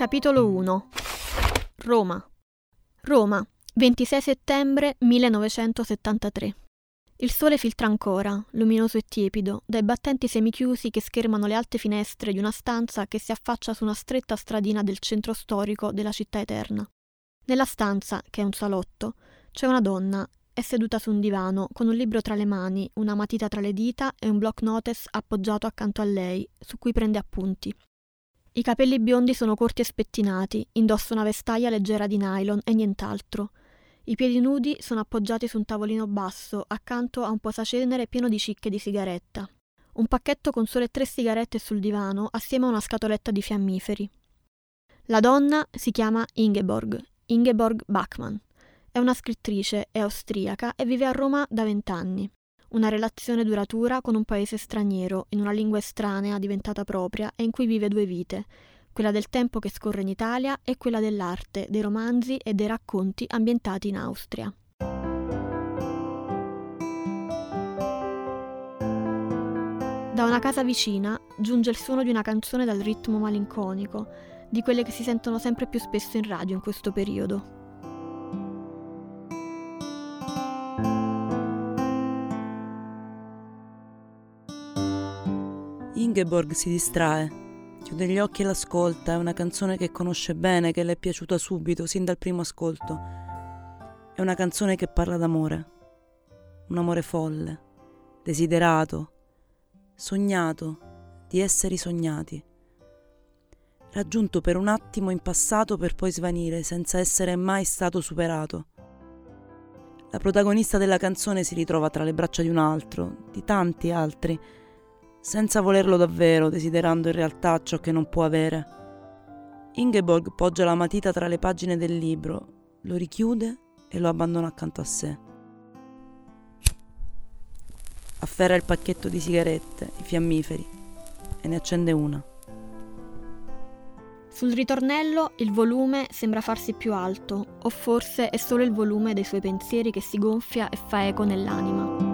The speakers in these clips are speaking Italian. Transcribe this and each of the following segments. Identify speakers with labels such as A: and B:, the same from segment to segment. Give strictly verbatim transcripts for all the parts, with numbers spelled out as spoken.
A: Capitolo uno. Roma. Roma, ventisei settembre millenovecentosettantatré. Il sole filtra ancora, luminoso e tiepido, dai battenti semichiusi che schermano le alte finestre di una stanza che si affaccia su una stretta stradina del centro storico della città eterna. Nella stanza, che è un salotto, c'è una donna, è seduta su un divano, con un libro tra le mani, una matita tra le dita e un block notice appoggiato accanto a lei, su cui prende appunti. I capelli biondi sono corti e spettinati, indossa una vestaglia leggera di nylon e nient'altro. I piedi nudi sono appoggiati su un tavolino basso, accanto a un posacenere pieno di cicche di sigaretta. Un pacchetto con sole tre sigarette sul divano, assieme a una scatoletta di fiammiferi. La donna si chiama Ingeborg, Ingeborg Bachmann. È una scrittrice, è austriaca e vive a Roma da vent'anni. Una relazione duratura con un paese straniero, in una lingua estranea diventata propria e in cui vive due vite, quella del tempo che scorre in Italia e quella dell'arte, dei romanzi e dei racconti ambientati in Austria. Da una casa vicina giunge il suono di una canzone dal ritmo malinconico, di quelle che si sentono sempre più spesso in radio in questo periodo.
B: Ingeborg si distrae, chiude gli occhi e l'ascolta. È una canzone che conosce bene, che le è piaciuta subito, sin dal primo ascolto. È una canzone che parla d'amore, un amore folle, desiderato, sognato, di esseri sognati, raggiunto per un attimo in passato per poi svanire senza essere mai stato superato. La protagonista della canzone si ritrova tra le braccia di un altro, di tanti altri, senza volerlo davvero, desiderando in realtà ciò che non può avere. Ingeborg poggia la matita tra le pagine del libro, lo richiude e lo abbandona accanto a sé. Afferra il pacchetto di sigarette, i fiammiferi, e ne accende una.
A: Sul ritornello il volume sembra farsi più alto, o forse è solo il volume dei suoi pensieri che si gonfia e fa eco nell'anima.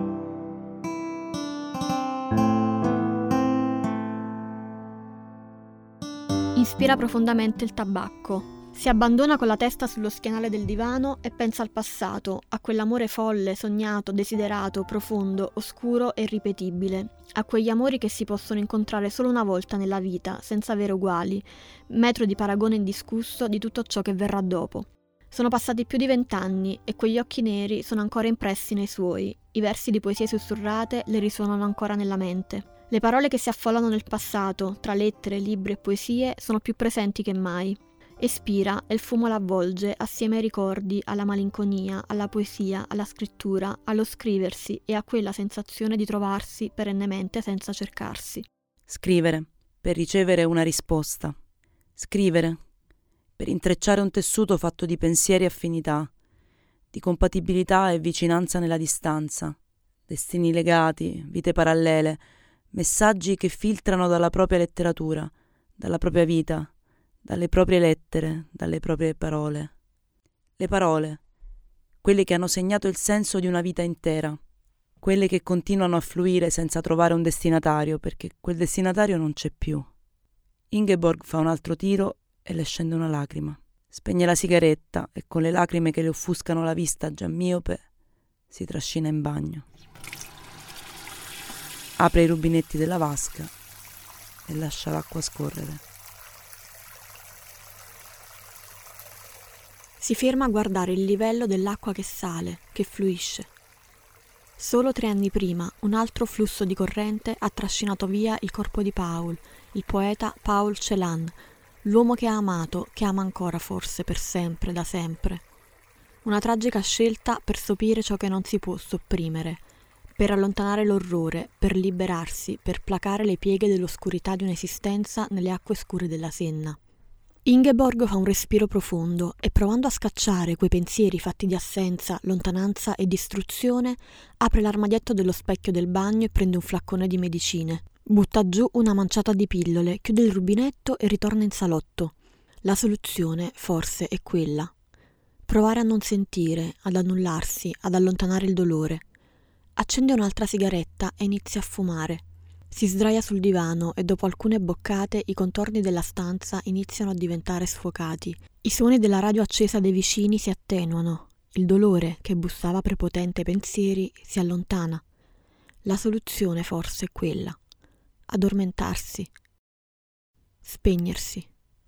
A: Inspira profondamente il tabacco. Si abbandona con la testa sullo schienale del divano e pensa al passato, a quell'amore folle, sognato, desiderato, profondo, oscuro e irripetibile, a quegli amori che si possono incontrare solo una volta nella vita, senza avere uguali, metro di paragone indiscusso di tutto ciò che verrà dopo. Sono passati più di vent'anni e quegli occhi neri sono ancora impressi nei suoi, i versi di poesie sussurrate le risuonano ancora nella mente. Le parole che si affollano nel passato, tra lettere, libri e poesie, sono più presenti che mai. Espira e il fumo l'avvolge assieme ai ricordi, alla malinconia, alla poesia, alla scrittura, allo scriversi e a quella sensazione di trovarsi perennemente senza cercarsi.
B: Scrivere, per ricevere una risposta. Scrivere, per intrecciare un tessuto fatto di pensieri e affinità, di compatibilità e vicinanza nella distanza, destini legati, vite parallele, messaggi che filtrano dalla propria letteratura, dalla propria vita, dalle proprie lettere, dalle proprie parole. Le parole, quelle che hanno segnato il senso di una vita intera, quelle che continuano a fluire senza trovare un destinatario, perché quel destinatario non c'è più. Ingeborg fa un altro tiro e le scende una lacrima. Spegne la sigaretta e con le lacrime che le offuscano la vista già miope si trascina in bagno. Apre i rubinetti della vasca e lascia l'acqua scorrere.
A: Si ferma a guardare il livello dell'acqua che sale, che fluisce. Solo tre anni prima un altro flusso di corrente ha trascinato via il corpo di Paul, il poeta Paul Celan, l'uomo che ha amato, che ama ancora forse per sempre, da sempre. Una tragica scelta per sopire ciò che non si può sopprimere, per allontanare l'orrore, per liberarsi, per placare le pieghe dell'oscurità di un'esistenza nelle acque scure della Senna. Ingeborg fa un respiro profondo e, provando a scacciare quei pensieri fatti di assenza, lontananza e distruzione, apre l'armadietto dello specchio del bagno e prende un flaccone di medicine. Butta giù una manciata di pillole, chiude il rubinetto e ritorna in salotto. La soluzione, forse, è quella. Provare a non sentire, ad annullarsi, ad allontanare il dolore. Accende un'altra sigaretta e inizia a fumare. Si sdraia sul divano e dopo alcune boccate i contorni della stanza iniziano a diventare sfocati. I suoni della radio accesa dei vicini si attenuano. Il dolore che bussava prepotente ai pensieri si allontana. La soluzione forse è quella: addormentarsi, spegnersi.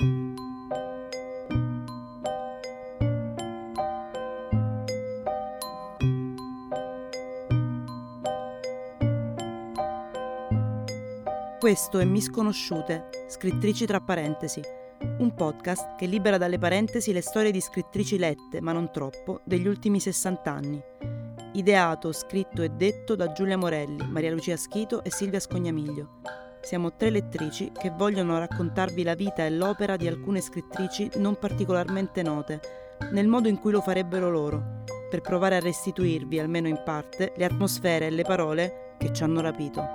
B: Questo è Misconosciute, scrittrici tra parentesi, un podcast che libera dalle parentesi le storie di scrittrici lette, ma non troppo, degli ultimi sessant'anni. Ideato, scritto e detto da Giulia Morelli, Maria Lucia Schito e Silvia Scognamiglio. Siamo tre lettrici che vogliono raccontarvi la vita e l'opera di alcune scrittrici non particolarmente note, nel modo in cui lo farebbero loro, per provare a restituirvi, almeno in parte, le atmosfere e le parole che ci hanno rapito.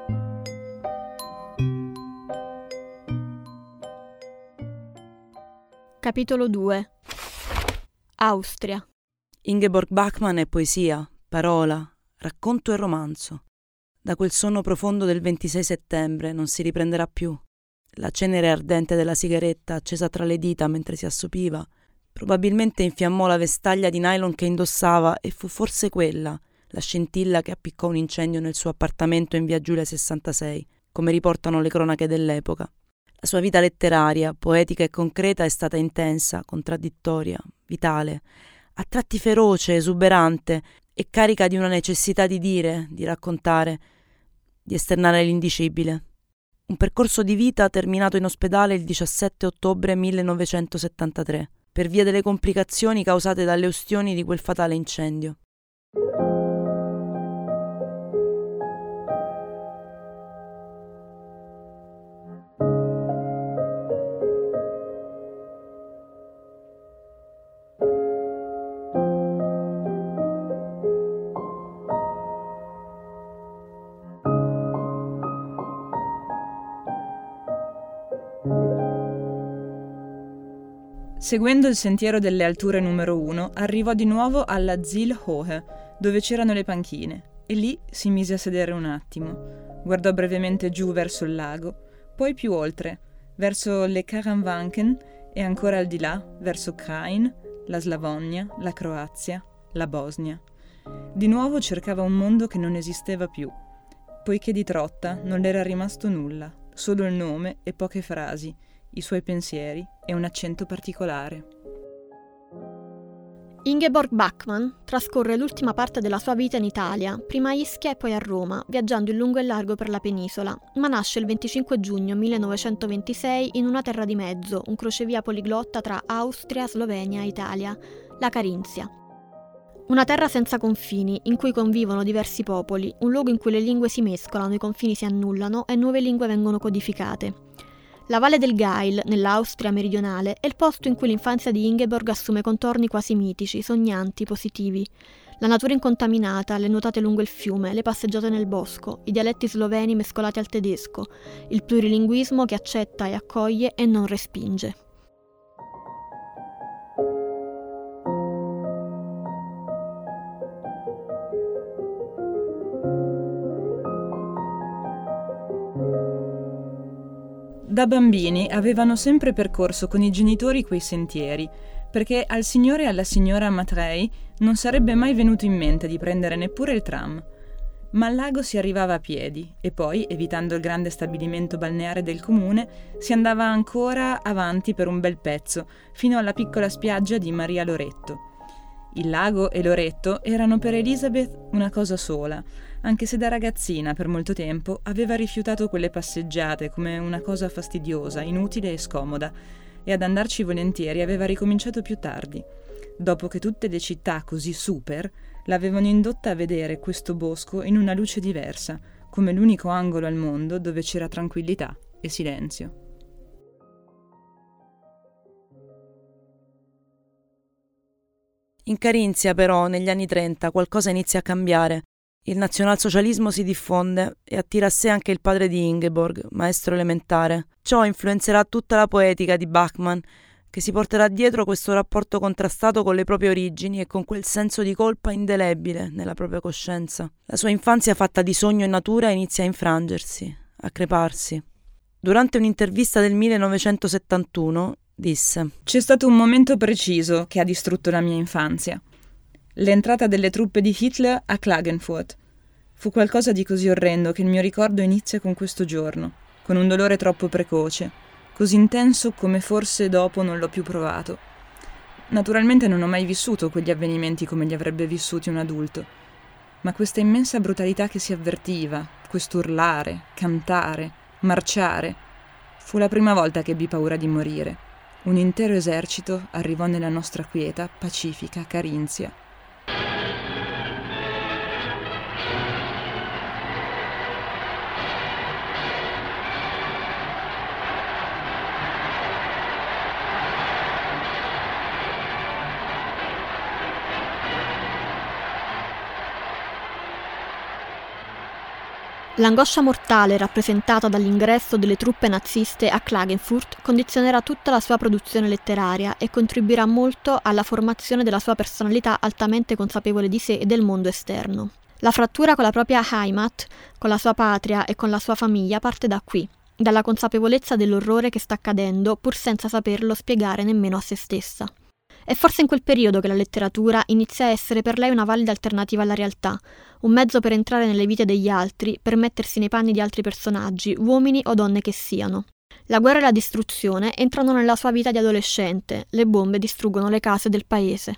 A: Capitolo due. Austria.
B: Ingeborg Bachmann è poesia, parola, racconto e romanzo. Da quel sonno profondo del ventisei settembre non si riprenderà più. La cenere ardente della sigaretta accesa tra le dita mentre si assopiva probabilmente infiammò la vestaglia di nylon che indossava e fu forse quella la scintilla che appiccò un incendio nel suo appartamento in via Giulia sessantasei, come riportano le cronache dell'epoca. La sua vita letteraria, poetica e concreta è stata intensa, contraddittoria, vitale, a tratti feroce, esuberante e carica di una necessità di dire, di raccontare, di esternare l'indicibile. Un percorso di vita terminato in ospedale il diciassette ottobre millenovecentosettantatré, per via delle complicazioni causate dalle ustioni di quel fatale incendio.
C: Seguendo il sentiero delle alture numero uno, arrivò di nuovo alla Zielhohe, dove c'erano le panchine, e lì si mise a sedere un attimo. Guardò brevemente giù verso il lago, poi più oltre, verso le Karawanken e ancora al di là, verso Krain, la Slavonia, la Croazia, la Bosnia. Di nuovo cercava un mondo che non esisteva più, poiché di Trotta non le era rimasto nulla, solo il nome e poche frasi, i suoi pensieri e un accento particolare.
A: Ingeborg Bachmann trascorre l'ultima parte della sua vita in Italia, prima a Ischia e poi a Roma, viaggiando in lungo e largo per la penisola, ma nasce il venticinque giugno millenovecentoventisei in una terra di mezzo, un crocevia poliglotta tra Austria, Slovenia e Italia, la Carinzia. Una terra senza confini, in cui convivono diversi popoli, un luogo in cui le lingue si mescolano, i confini si annullano e nuove lingue vengono codificate. La Valle del Gail, nell'Austria meridionale, è il posto in cui l'infanzia di Ingeborg assume contorni quasi mitici, sognanti, positivi. La natura incontaminata, le nuotate lungo il fiume, le passeggiate nel bosco, i dialetti sloveni mescolati al tedesco, il plurilinguismo che accetta e accoglie e non respinge.
C: Da bambini avevano sempre percorso con i genitori quei sentieri, perché al signore e alla signora Matrei non sarebbe mai venuto in mente di prendere neppure il tram. Ma al lago si arrivava a piedi e poi, evitando il grande stabilimento balneare del comune, si andava ancora avanti per un bel pezzo, fino alla piccola spiaggia di Maria Loretto. Il lago e Loretto erano per Elizabeth una cosa sola, anche se da ragazzina per molto tempo aveva rifiutato quelle passeggiate come una cosa fastidiosa, inutile e scomoda, e ad andarci volentieri aveva ricominciato più tardi, dopo che tutte le città così super l'avevano indotta a vedere questo bosco in una luce diversa, come l'unico angolo al mondo dove c'era tranquillità e silenzio.
B: In Carinzia, però, negli anni trenta qualcosa inizia a cambiare. Il nazionalsocialismo si diffonde e attira a sé anche il padre di Ingeborg, maestro elementare. Ciò influenzerà tutta la poetica di Bachmann, che si porterà dietro questo rapporto contrastato con le proprie origini e con quel senso di colpa indelebile nella propria coscienza. La sua infanzia fatta di sogno e natura inizia a infrangersi, a creparsi. Durante un'intervista del millenovecentosettantuno disse:
C: «C'è stato un momento preciso che ha distrutto la mia infanzia. L'entrata delle truppe di Hitler a Klagenfurt. Fu qualcosa di così orrendo che il mio ricordo inizia con questo giorno, con un dolore troppo precoce, così intenso come forse dopo non l'ho più provato. Naturalmente non ho mai vissuto quegli avvenimenti come li avrebbe vissuti un adulto, ma questa immensa brutalità che si avvertiva, quest'urlare, cantare, marciare, fu la prima volta che ebbi paura di morire. Un intero esercito arrivò nella nostra quieta, pacifica Carinzia.
A: L'angoscia mortale rappresentata dall'ingresso delle truppe naziste a Klagenfurt condizionerà tutta la sua produzione letteraria e contribuirà molto alla formazione della sua personalità altamente consapevole di sé e del mondo esterno. La frattura con la propria Heimat, con la sua patria e con la sua famiglia parte da qui, dalla consapevolezza dell'orrore che sta accadendo pur senza saperlo spiegare nemmeno a se stessa. È forse in quel periodo che la letteratura inizia a essere per lei una valida alternativa alla realtà, un mezzo per entrare nelle vite degli altri, per mettersi nei panni di altri personaggi, uomini o donne che siano. La guerra e la distruzione entrano nella sua vita di adolescente, le bombe distruggono le case del paese.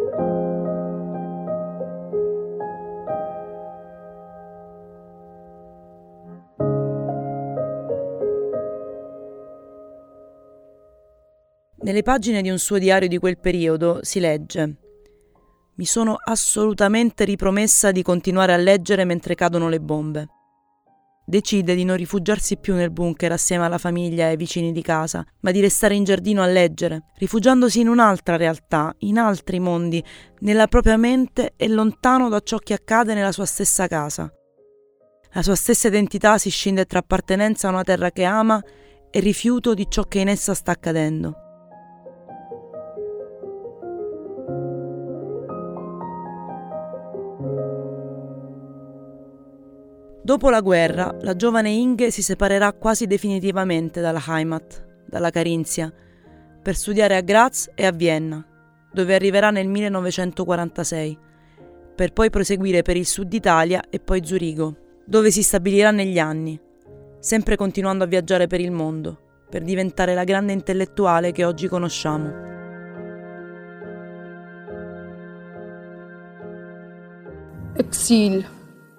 B: Nelle pagine di un suo diario di quel periodo si legge: «Mi sono assolutamente ripromessa di continuare a leggere mentre cadono le bombe». Decide di non rifugiarsi più nel bunker assieme alla famiglia e ai vicini di casa, ma di restare in giardino a leggere, rifugiandosi in un'altra realtà, in altri mondi, nella propria mente e lontano da ciò che accade nella sua stessa casa. La sua stessa identità si scinde tra appartenenza a una terra che ama e rifiuto di ciò che in essa sta accadendo. Dopo la guerra, la giovane Inge si separerà quasi definitivamente dalla Heimat, dalla Carinzia, per studiare a Graz e a Vienna, dove arriverà nel millenovecentoquarantasei, per poi proseguire per il sud Italia e poi Zurigo, dove si stabilirà negli anni, sempre continuando a viaggiare per il mondo, per diventare la grande intellettuale che oggi conosciamo.
D: Exil.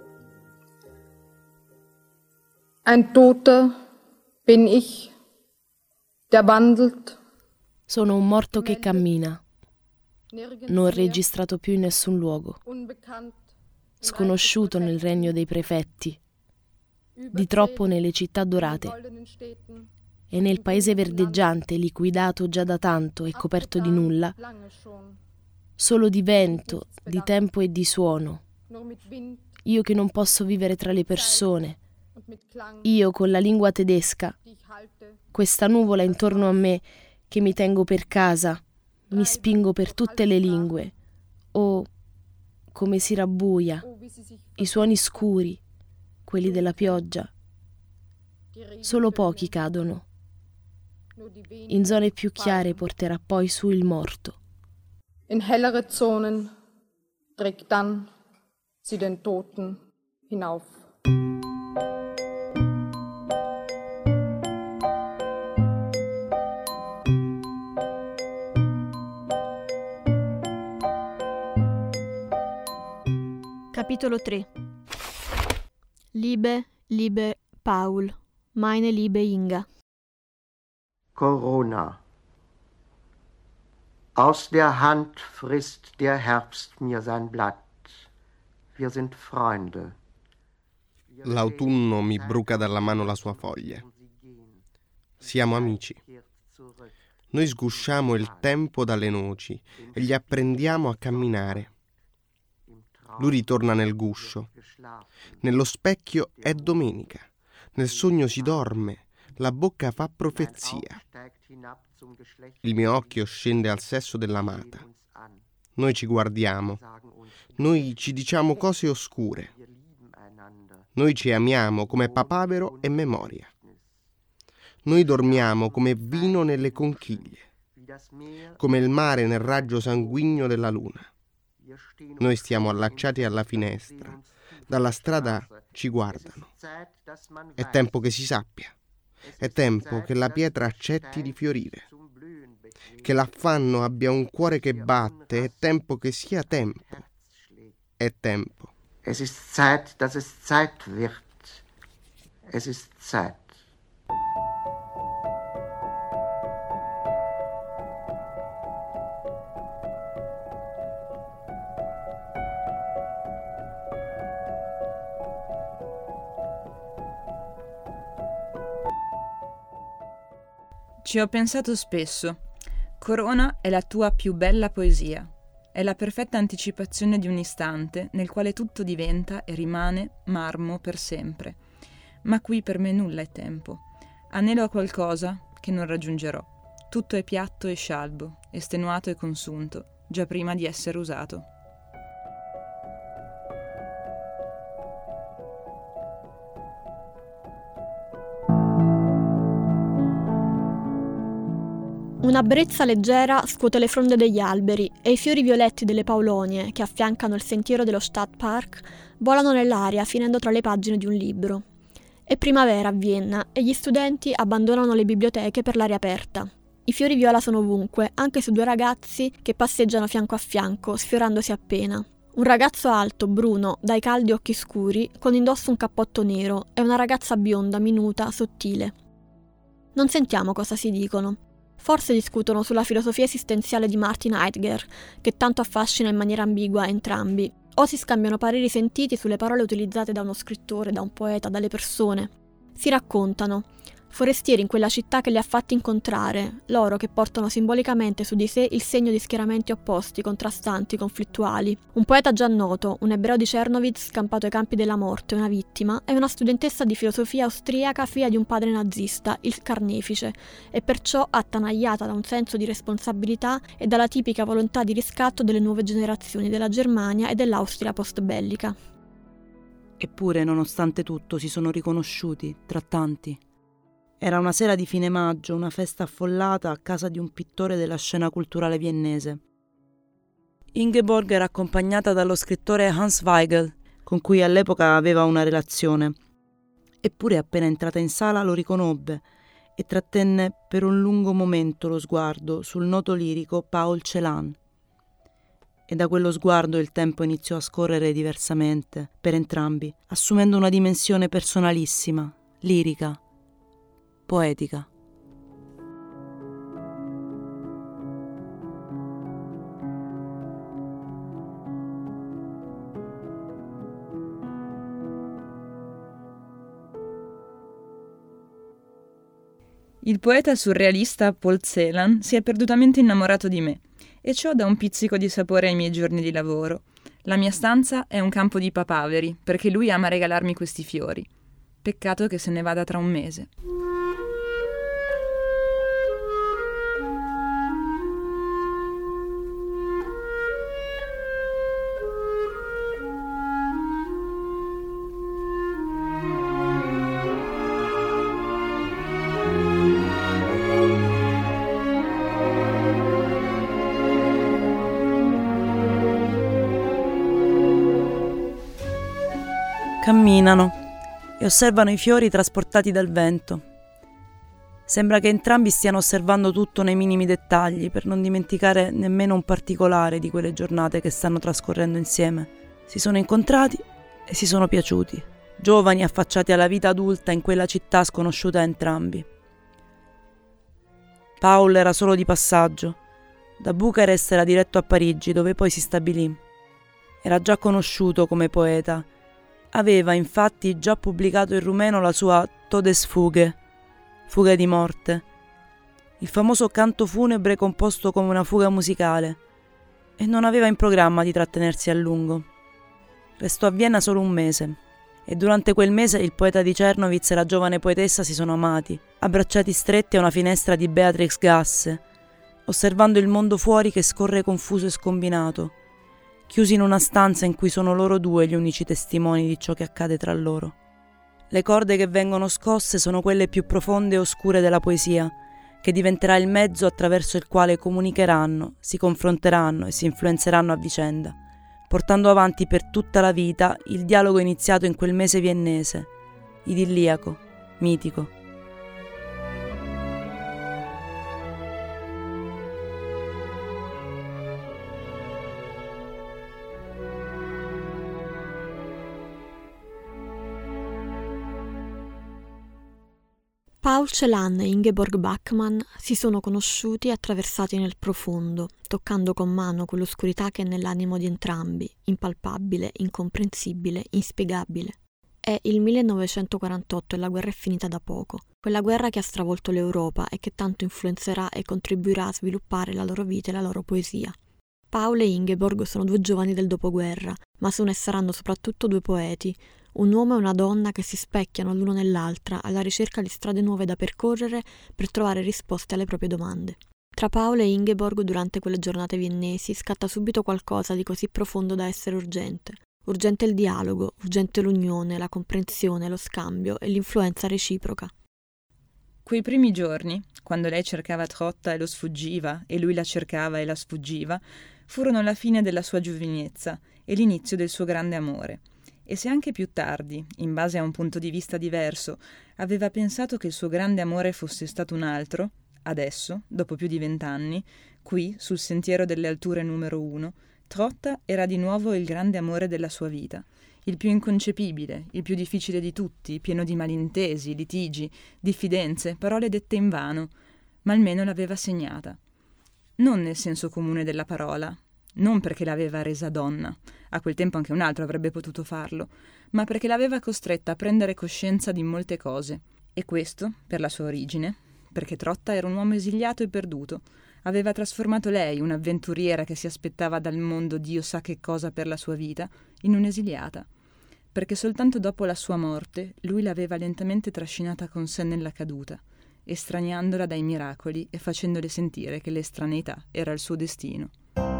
D: Ein Toter bin ich, der wandelt.
E: Sono un morto che cammina. Non registrato più in nessun luogo. Sconosciuto nel regno dei prefetti. Di troppo nelle città dorate. E nel paese verdeggiante, liquidato già da tanto e coperto di nulla. Solo di vento, di tempo e di suono. Io che non posso vivere tra le persone. Io con la lingua tedesca, questa nuvola intorno a me che mi tengo per casa, mi spingo per tutte le lingue. Oh, come si rabbuia, i suoni scuri, quelli della pioggia. Solo pochi cadono. In zone più chiare porterà poi su il morto.
D: In hellere Zonen trägt dann sie den Toten hinauf.
A: Capitolo tre. Liebe, liebe Paul, meine liebe Inga.
F: Corona. Aus der Hand frisst der Herbst mir sein Blatt. Wir sind Freunde.
G: L'autunno mi bruca dalla mano la sua foglia. Siamo amici. Noi sgusciamo il tempo dalle noci e gli apprendiamo a camminare. Lui ritorna nel guscio. Nello specchio è domenica. Nel sogno si dorme. La bocca fa profezia. Il mio occhio scende al sesso dell'amata. Noi ci guardiamo. Noi ci diciamo cose oscure. Noi ci amiamo come papavero e memoria. Noi dormiamo come vino nelle conchiglie, come il mare nel raggio sanguigno della luna. Noi stiamo allacciati alla finestra. Dalla strada ci guardano. È tempo che si sappia. È tempo che la pietra accetti di fiorire. Che l'affanno abbia un cuore che batte. È tempo che sia tempo. È tempo.
F: Es ist Zeit, dass es Zeit wird. Es ist Zeit.
C: Ci ho pensato spesso. Corona è la tua più bella poesia. È la perfetta anticipazione di un istante nel quale tutto diventa e rimane marmo per sempre. Ma qui per me nulla è tempo. Anelo a qualcosa che non raggiungerò. Tutto è piatto e scialbo, estenuato e consunto, già prima di essere usato.
A: Una brezza leggera scuote le fronde degli alberi e i fiori violetti delle paulonie che affiancano il sentiero dello Stadtpark volano nell'aria finendo tra le pagine di un libro. È primavera a Vienna e gli studenti abbandonano le biblioteche per l'aria aperta. I fiori viola sono ovunque, anche su due ragazzi che passeggiano fianco a fianco, sfiorandosi appena. Un ragazzo alto, bruno, dai caldi occhi scuri, con indosso un cappotto nero, e una ragazza bionda, minuta, sottile. Non sentiamo cosa si dicono. Forse discutono sulla filosofia esistenziale di Martin Heidegger, che tanto affascina in maniera ambigua entrambi, o si scambiano pareri sentiti sulle parole utilizzate da uno scrittore, da un poeta, dalle persone. Si raccontano. Forestieri in quella città che li ha fatti incontrare, loro che portano simbolicamente su di sé il segno di schieramenti opposti, contrastanti, conflittuali. Un poeta già noto, un ebreo di Czernowitz scampato ai campi della morte, una vittima, e una studentessa di filosofia austriaca figlia di un padre nazista, il carnefice, e perciò attanagliata da un senso di responsabilità e dalla tipica volontà di riscatto delle nuove generazioni della Germania e dell'Austria post-bellica.
B: Eppure, nonostante tutto, si sono riconosciuti, tra tanti. Era una sera di fine maggio, una festa affollata a casa di un pittore della scena culturale viennese. Ingeborg era accompagnata dallo scrittore Hans Weigel, con cui all'epoca aveva una relazione. Eppure appena entrata in sala lo riconobbe e trattenne per un lungo momento lo sguardo sul noto lirico Paul Celan. E da quello sguardo il tempo iniziò a scorrere diversamente per entrambi, assumendo una dimensione personalissima, lirica, poetica.
C: Il poeta surrealista Paul Celan si è perdutamente innamorato di me, e ciò dà un pizzico di sapore ai miei giorni di lavoro. La mia stanza è un campo di papaveri, perché lui ama regalarmi questi fiori. Peccato che se ne vada tra un mese.
B: Camminano e osservano i fiori trasportati dal vento. Sembra che entrambi stiano osservando tutto nei minimi dettagli per non dimenticare nemmeno un particolare di quelle giornate che stanno trascorrendo insieme. Si sono incontrati e si sono piaciuti, giovani affacciati alla vita adulta in quella città sconosciuta a entrambi. Paul era solo di passaggio. Da Bucarest era diretto a Parigi, dove poi si stabilì. Era già conosciuto come poeta. Aveva infatti già pubblicato in rumeno la sua Todesfuge, fuga di morte, il famoso canto funebre composto come una fuga musicale, e non aveva in programma di trattenersi a lungo. Restò a Vienna solo un mese E durante quel mese il poeta di Czernowitz e la giovane poetessa si sono amati, abbracciati stretti a una finestra di Beatrix Gasse, osservando il mondo fuori che scorre confuso e scombinato, chiusi in una stanza in cui sono loro due gli unici testimoni di ciò che accade tra loro. Le corde che vengono scosse sono quelle più profonde e oscure della poesia, che diventerà il mezzo attraverso il quale comunicheranno, si confronteranno e si influenzeranno a vicenda, portando avanti per tutta la vita il dialogo iniziato in quel mese viennese, idilliaco, mitico.
A: Paul Celan e Ingeborg Bachmann si sono conosciuti e attraversati nel profondo, toccando con mano quell'oscurità che è nell'animo di entrambi, impalpabile, incomprensibile, inspiegabile. È il millenovecentoquarantotto e la guerra è finita da poco, quella guerra che ha stravolto l'Europa e che tanto influenzerà e contribuirà a sviluppare la loro vita e la loro poesia. Paul e Ingeborg sono due giovani del dopoguerra, ma sono e saranno soprattutto due poeti, un uomo e una donna che si specchiano l'uno nell'altra alla ricerca di strade nuove da percorrere per trovare risposte alle proprie domande. Tra Paul e Ingeborg durante quelle giornate viennesi scatta subito qualcosa di così profondo da essere urgente. Urgente il dialogo, urgente l'unione, la comprensione, lo scambio e l'influenza reciproca.
C: Quei primi giorni, quando lei cercava Trotta e lo sfuggiva, e lui la cercava e la sfuggiva, furono la fine della sua giovinezza e l'inizio del suo grande amore. E se anche più tardi, in base a un punto di vista diverso, aveva pensato che il suo grande amore fosse stato un altro, adesso, dopo più di vent'anni, qui, sul sentiero delle alture numero uno, Trotta era di nuovo il grande amore della sua vita, il più inconcepibile, il più difficile di tutti, pieno di malintesi, litigi, diffidenze, parole dette invano, ma almeno l'aveva segnata. Non nel senso comune della parola, non perché l'aveva resa donna, a quel tempo anche un altro avrebbe potuto farlo, ma perché l'aveva costretta a prendere coscienza di molte cose. E questo, per la sua origine, perché Trotta era un uomo esiliato e perduto, aveva trasformato lei, un'avventuriera che si aspettava dal mondo Dio sa che cosa per la sua vita, in un'esiliata. Perché soltanto dopo la sua morte lui l'aveva lentamente trascinata con sé nella caduta, estraniandola dai miracoli e facendole sentire che l'estraneità era il suo destino.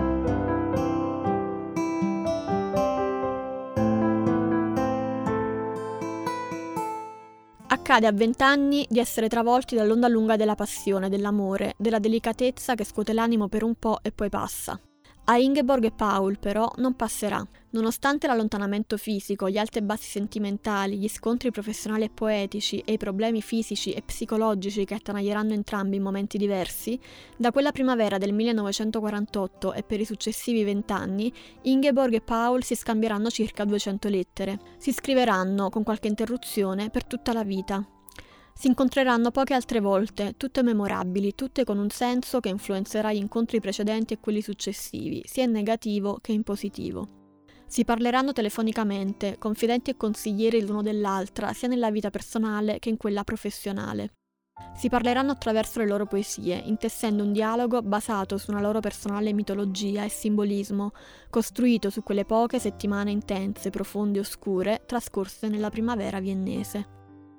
A: Accade a vent'anni di essere travolti dall'onda lunga della passione, dell'amore, della delicatezza che scuote l'animo per un po' e poi passa. A Ingeborg e Paul, però, non passerà. Nonostante l'allontanamento fisico, gli alti e bassi sentimentali, gli scontri professionali e poetici e i problemi fisici e psicologici che attanaglieranno entrambi in momenti diversi, da quella primavera del millenovecentoquarantotto e per i successivi vent'anni, Ingeborg e Paul si scambieranno circa duecento lettere. Si scriveranno, con qualche interruzione, per tutta la vita. Si incontreranno poche altre volte, tutte memorabili, tutte con un senso che influenzerà gli incontri precedenti e quelli successivi, sia in negativo che in positivo. Si parleranno telefonicamente, confidenti e consiglieri l'uno dell'altra, sia nella vita personale che in quella professionale. Si parleranno attraverso le loro poesie, intessendo un dialogo basato su una loro personale mitologia e simbolismo, costruito su quelle poche settimane intense, profonde e oscure, trascorse nella primavera viennese.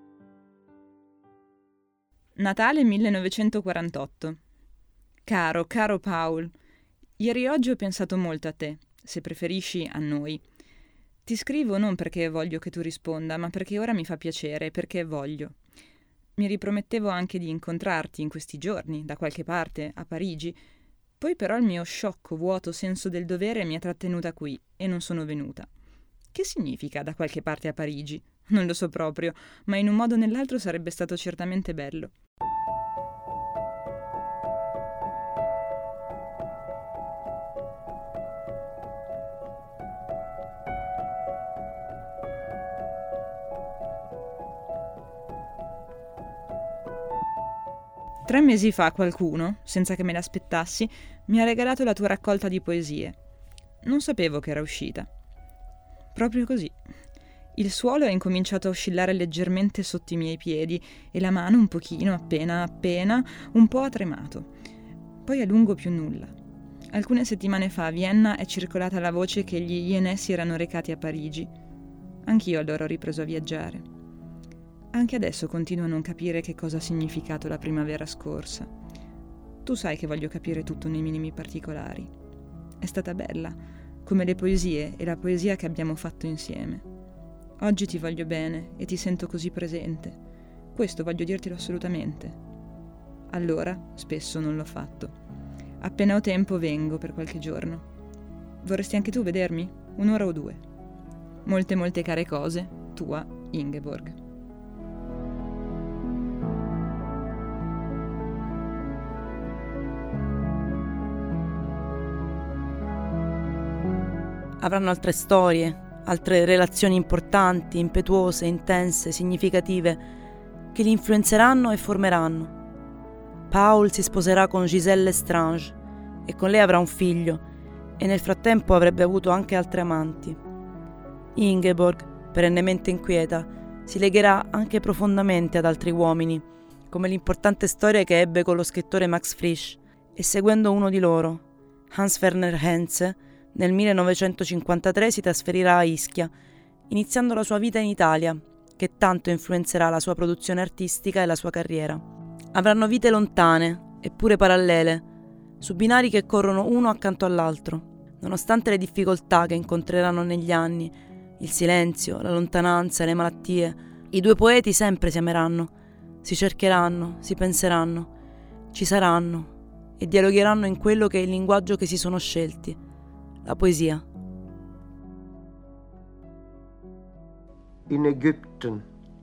C: Natale millenovecentoquarantotto. Caro, caro Paul, ieri oggi ho pensato molto a te, se preferisci a noi. Ti scrivo non perché voglio che tu risponda, ma perché ora mi fa piacere, perché voglio. Mi ripromettevo anche di incontrarti in questi giorni, da qualche parte, a Parigi. Poi però il mio sciocco, vuoto senso del dovere mi ha trattenuta qui e non sono venuta. Che significa da qualche parte a Parigi? Non lo so proprio, ma in un modo o nell'altro sarebbe stato certamente bello. Tre mesi fa qualcuno, senza che me l'aspettassi, mi ha regalato la tua raccolta di poesie. Non sapevo che era uscita. Proprio così. Il suolo ha incominciato a oscillare leggermente sotto i miei piedi e la mano un pochino, appena appena, un po' ha tremato. Poi a lungo più nulla. Alcune settimane fa a Vienna è circolata la voce che gli I N S erano recati a Parigi. Anch'io allora ho ripreso a viaggiare. Anche adesso continuo a non capire che cosa ha significato la primavera scorsa. Tu sai che voglio capire tutto nei minimi particolari. È stata bella, come le poesie e la poesia che abbiamo fatto insieme. Oggi ti voglio bene e ti sento così presente. Questo voglio dirtelo assolutamente. Allora, spesso non l'ho fatto. Appena ho tempo vengo per qualche giorno. Vorresti anche tu vedermi? Un'ora o due. Molte molte care cose, tua Ingeborg.
B: Avranno altre storie, altre relazioni importanti, impetuose, intense, significative, che li influenzeranno e formeranno. Paul si sposerà con Gisèle Lestrange e con lei avrà un figlio, e nel frattempo avrebbe avuto anche altre amanti. Ingeborg, perennemente inquieta, si legherà anche profondamente ad altri uomini, come l'importante storia che ebbe con lo scrittore Max Frisch, e seguendo uno di loro, Hans Werner Henze, nel millenovecentocinquantatré si trasferirà a Ischia, iniziando la sua vita in Italia, che tanto influenzerà la sua produzione artistica e la sua carriera. Avranno vite lontane, eppure parallele, su binari che corrono uno accanto all'altro, nonostante le difficoltà che incontreranno negli anni, il silenzio, la lontananza e le malattie. I due poeti sempre si ameranno, si cercheranno, si penseranno, ci saranno e dialogheranno in quello che è il linguaggio che si sono scelti, la poesia.
F: In Ägypten.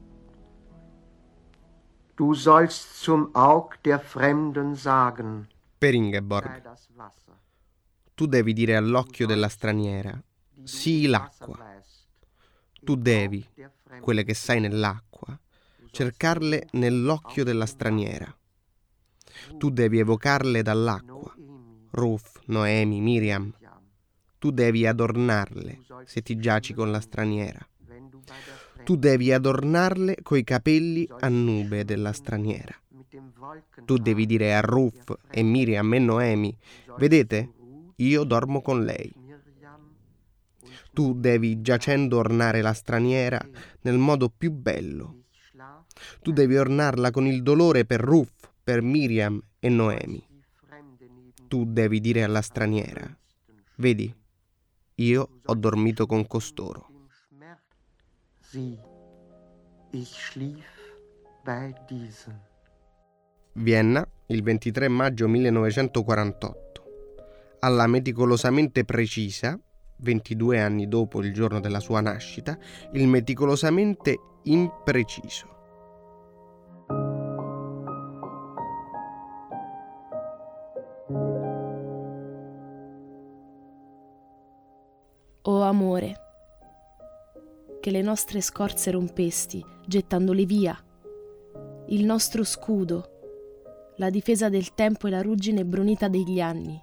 F: Du sollst zum Aug der Fremden sagen.
G: Per Ingeborg, tu devi dire all'occhio della straniera, sii l'acqua. Tu devi, quelle che sai nell'acqua, cercarle nell'occhio della straniera. Tu devi evocarle dall'acqua, Ruth, Noemi, Miriam. Tu devi adornarle se ti giaci con la straniera. Tu devi adornarle coi capelli a nube della straniera. Tu devi dire a Ruth e Miriam e Noemi, vedete, io dormo con lei. Tu devi giacendo ornare la straniera nel modo più bello. Tu devi ornarla con il dolore per Ruth, per Miriam e Noemi. Tu devi dire alla straniera, vedi, io ho dormito con costoro.
F: Sieh, ich schlief bei diesen.
G: Vienna, il ventitré maggio millenovecentoquarantotto. Alla meticolosamente precisa, ventidue anni dopo il giorno della sua nascita, il meticolosamente impreciso.
E: O amore, che le nostre scorze rompesti, gettandole via, il nostro scudo, la difesa del tempo e la ruggine brunita degli anni.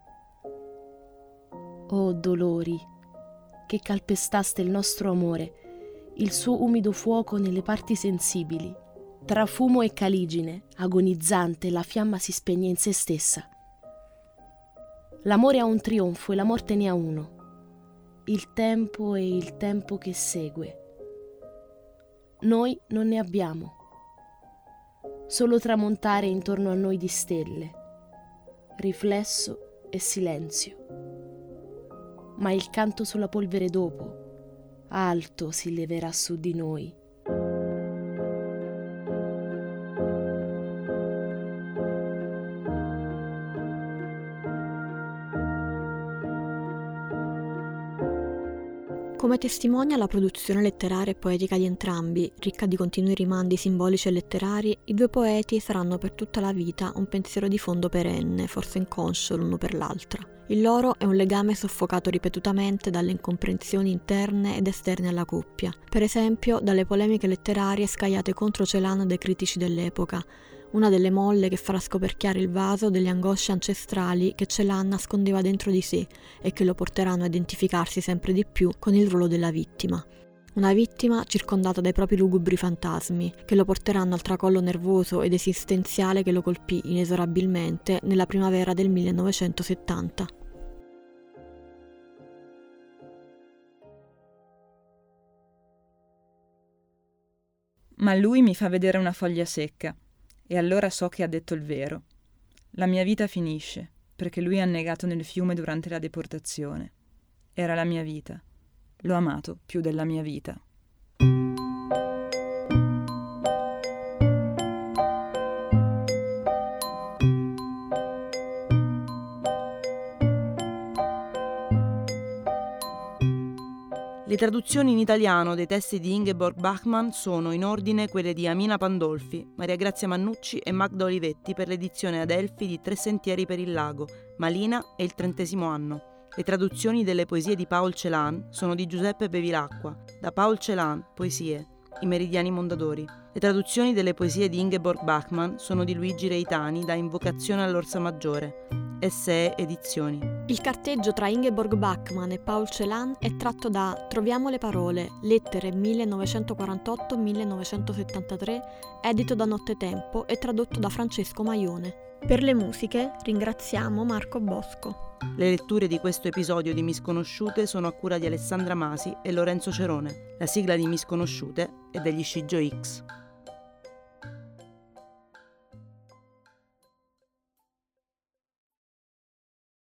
E: O dolori, che calpestaste il nostro amore, il suo umido fuoco nelle parti sensibili. Tra fumo e caligine, agonizzante, la fiamma si spegne in se stessa. L'amore ha un trionfo e la morte ne ha uno. Il tempo e il tempo che segue. Noi non ne abbiamo. Solo tramontare intorno a noi di stelle, riflesso e silenzio. Ma il canto sulla polvere dopo, alto si leverà su di noi.
A: Come testimonia la produzione letteraria e poetica di entrambi, ricca di continui rimandi simbolici e letterari, i due poeti saranno per tutta la vita un pensiero di fondo perenne, forse inconscio l'uno per l'altra. Il loro è un legame soffocato ripetutamente dalle incomprensioni interne ed esterne alla coppia, per esempio dalle polemiche letterarie scagliate contro Celano dai critici dell'epoca, una delle molle che farà scoperchiare il vaso delle angosce ancestrali che Celan nascondeva dentro di sé e che lo porteranno a identificarsi sempre di più con il ruolo della vittima. Una vittima circondata dai propri lugubri fantasmi, che lo porteranno al tracollo nervoso ed esistenziale che lo colpì inesorabilmente nella primavera del millenovecentosettanta.
C: Ma lui mi fa vedere una foglia secca, e allora so che ha detto il vero. La mia vita finisce, perché lui è annegato nel fiume durante la deportazione. Era la mia vita. L'ho amato più della mia vita.
B: Le traduzioni in italiano dei testi di Ingeborg Bachmann sono in ordine quelle di Amina Pandolfi, Maria Grazia Mannucci e Magda Olivetti per l'edizione Adelphi di Tre sentieri per il lago, Malina e il trentesimo anno. Le traduzioni delle poesie di Paul Celan sono di Giuseppe Bevilacqua, da Paul Celan, Poesie, I meridiani mondadori. Le traduzioni delle poesie di Ingeborg Bachmann sono di Luigi Reitani, da Invocazione all'Orsa Maggiore, S E Edizioni.
A: Il carteggio tra Ingeborg Bachmann e Paul Celan è tratto da Troviamo le parole, lettere millenovecentoquarantotto millenovecentosettantatré, edito da Nottetempo e tradotto da Francesco Maione. Per le musiche ringraziamo Marco Bosco.
B: Le letture di questo episodio di Misconosciute sono a cura di Alessandra Masi e Lorenzo Cerone. La sigla di Misconosciute è degli Scigio X.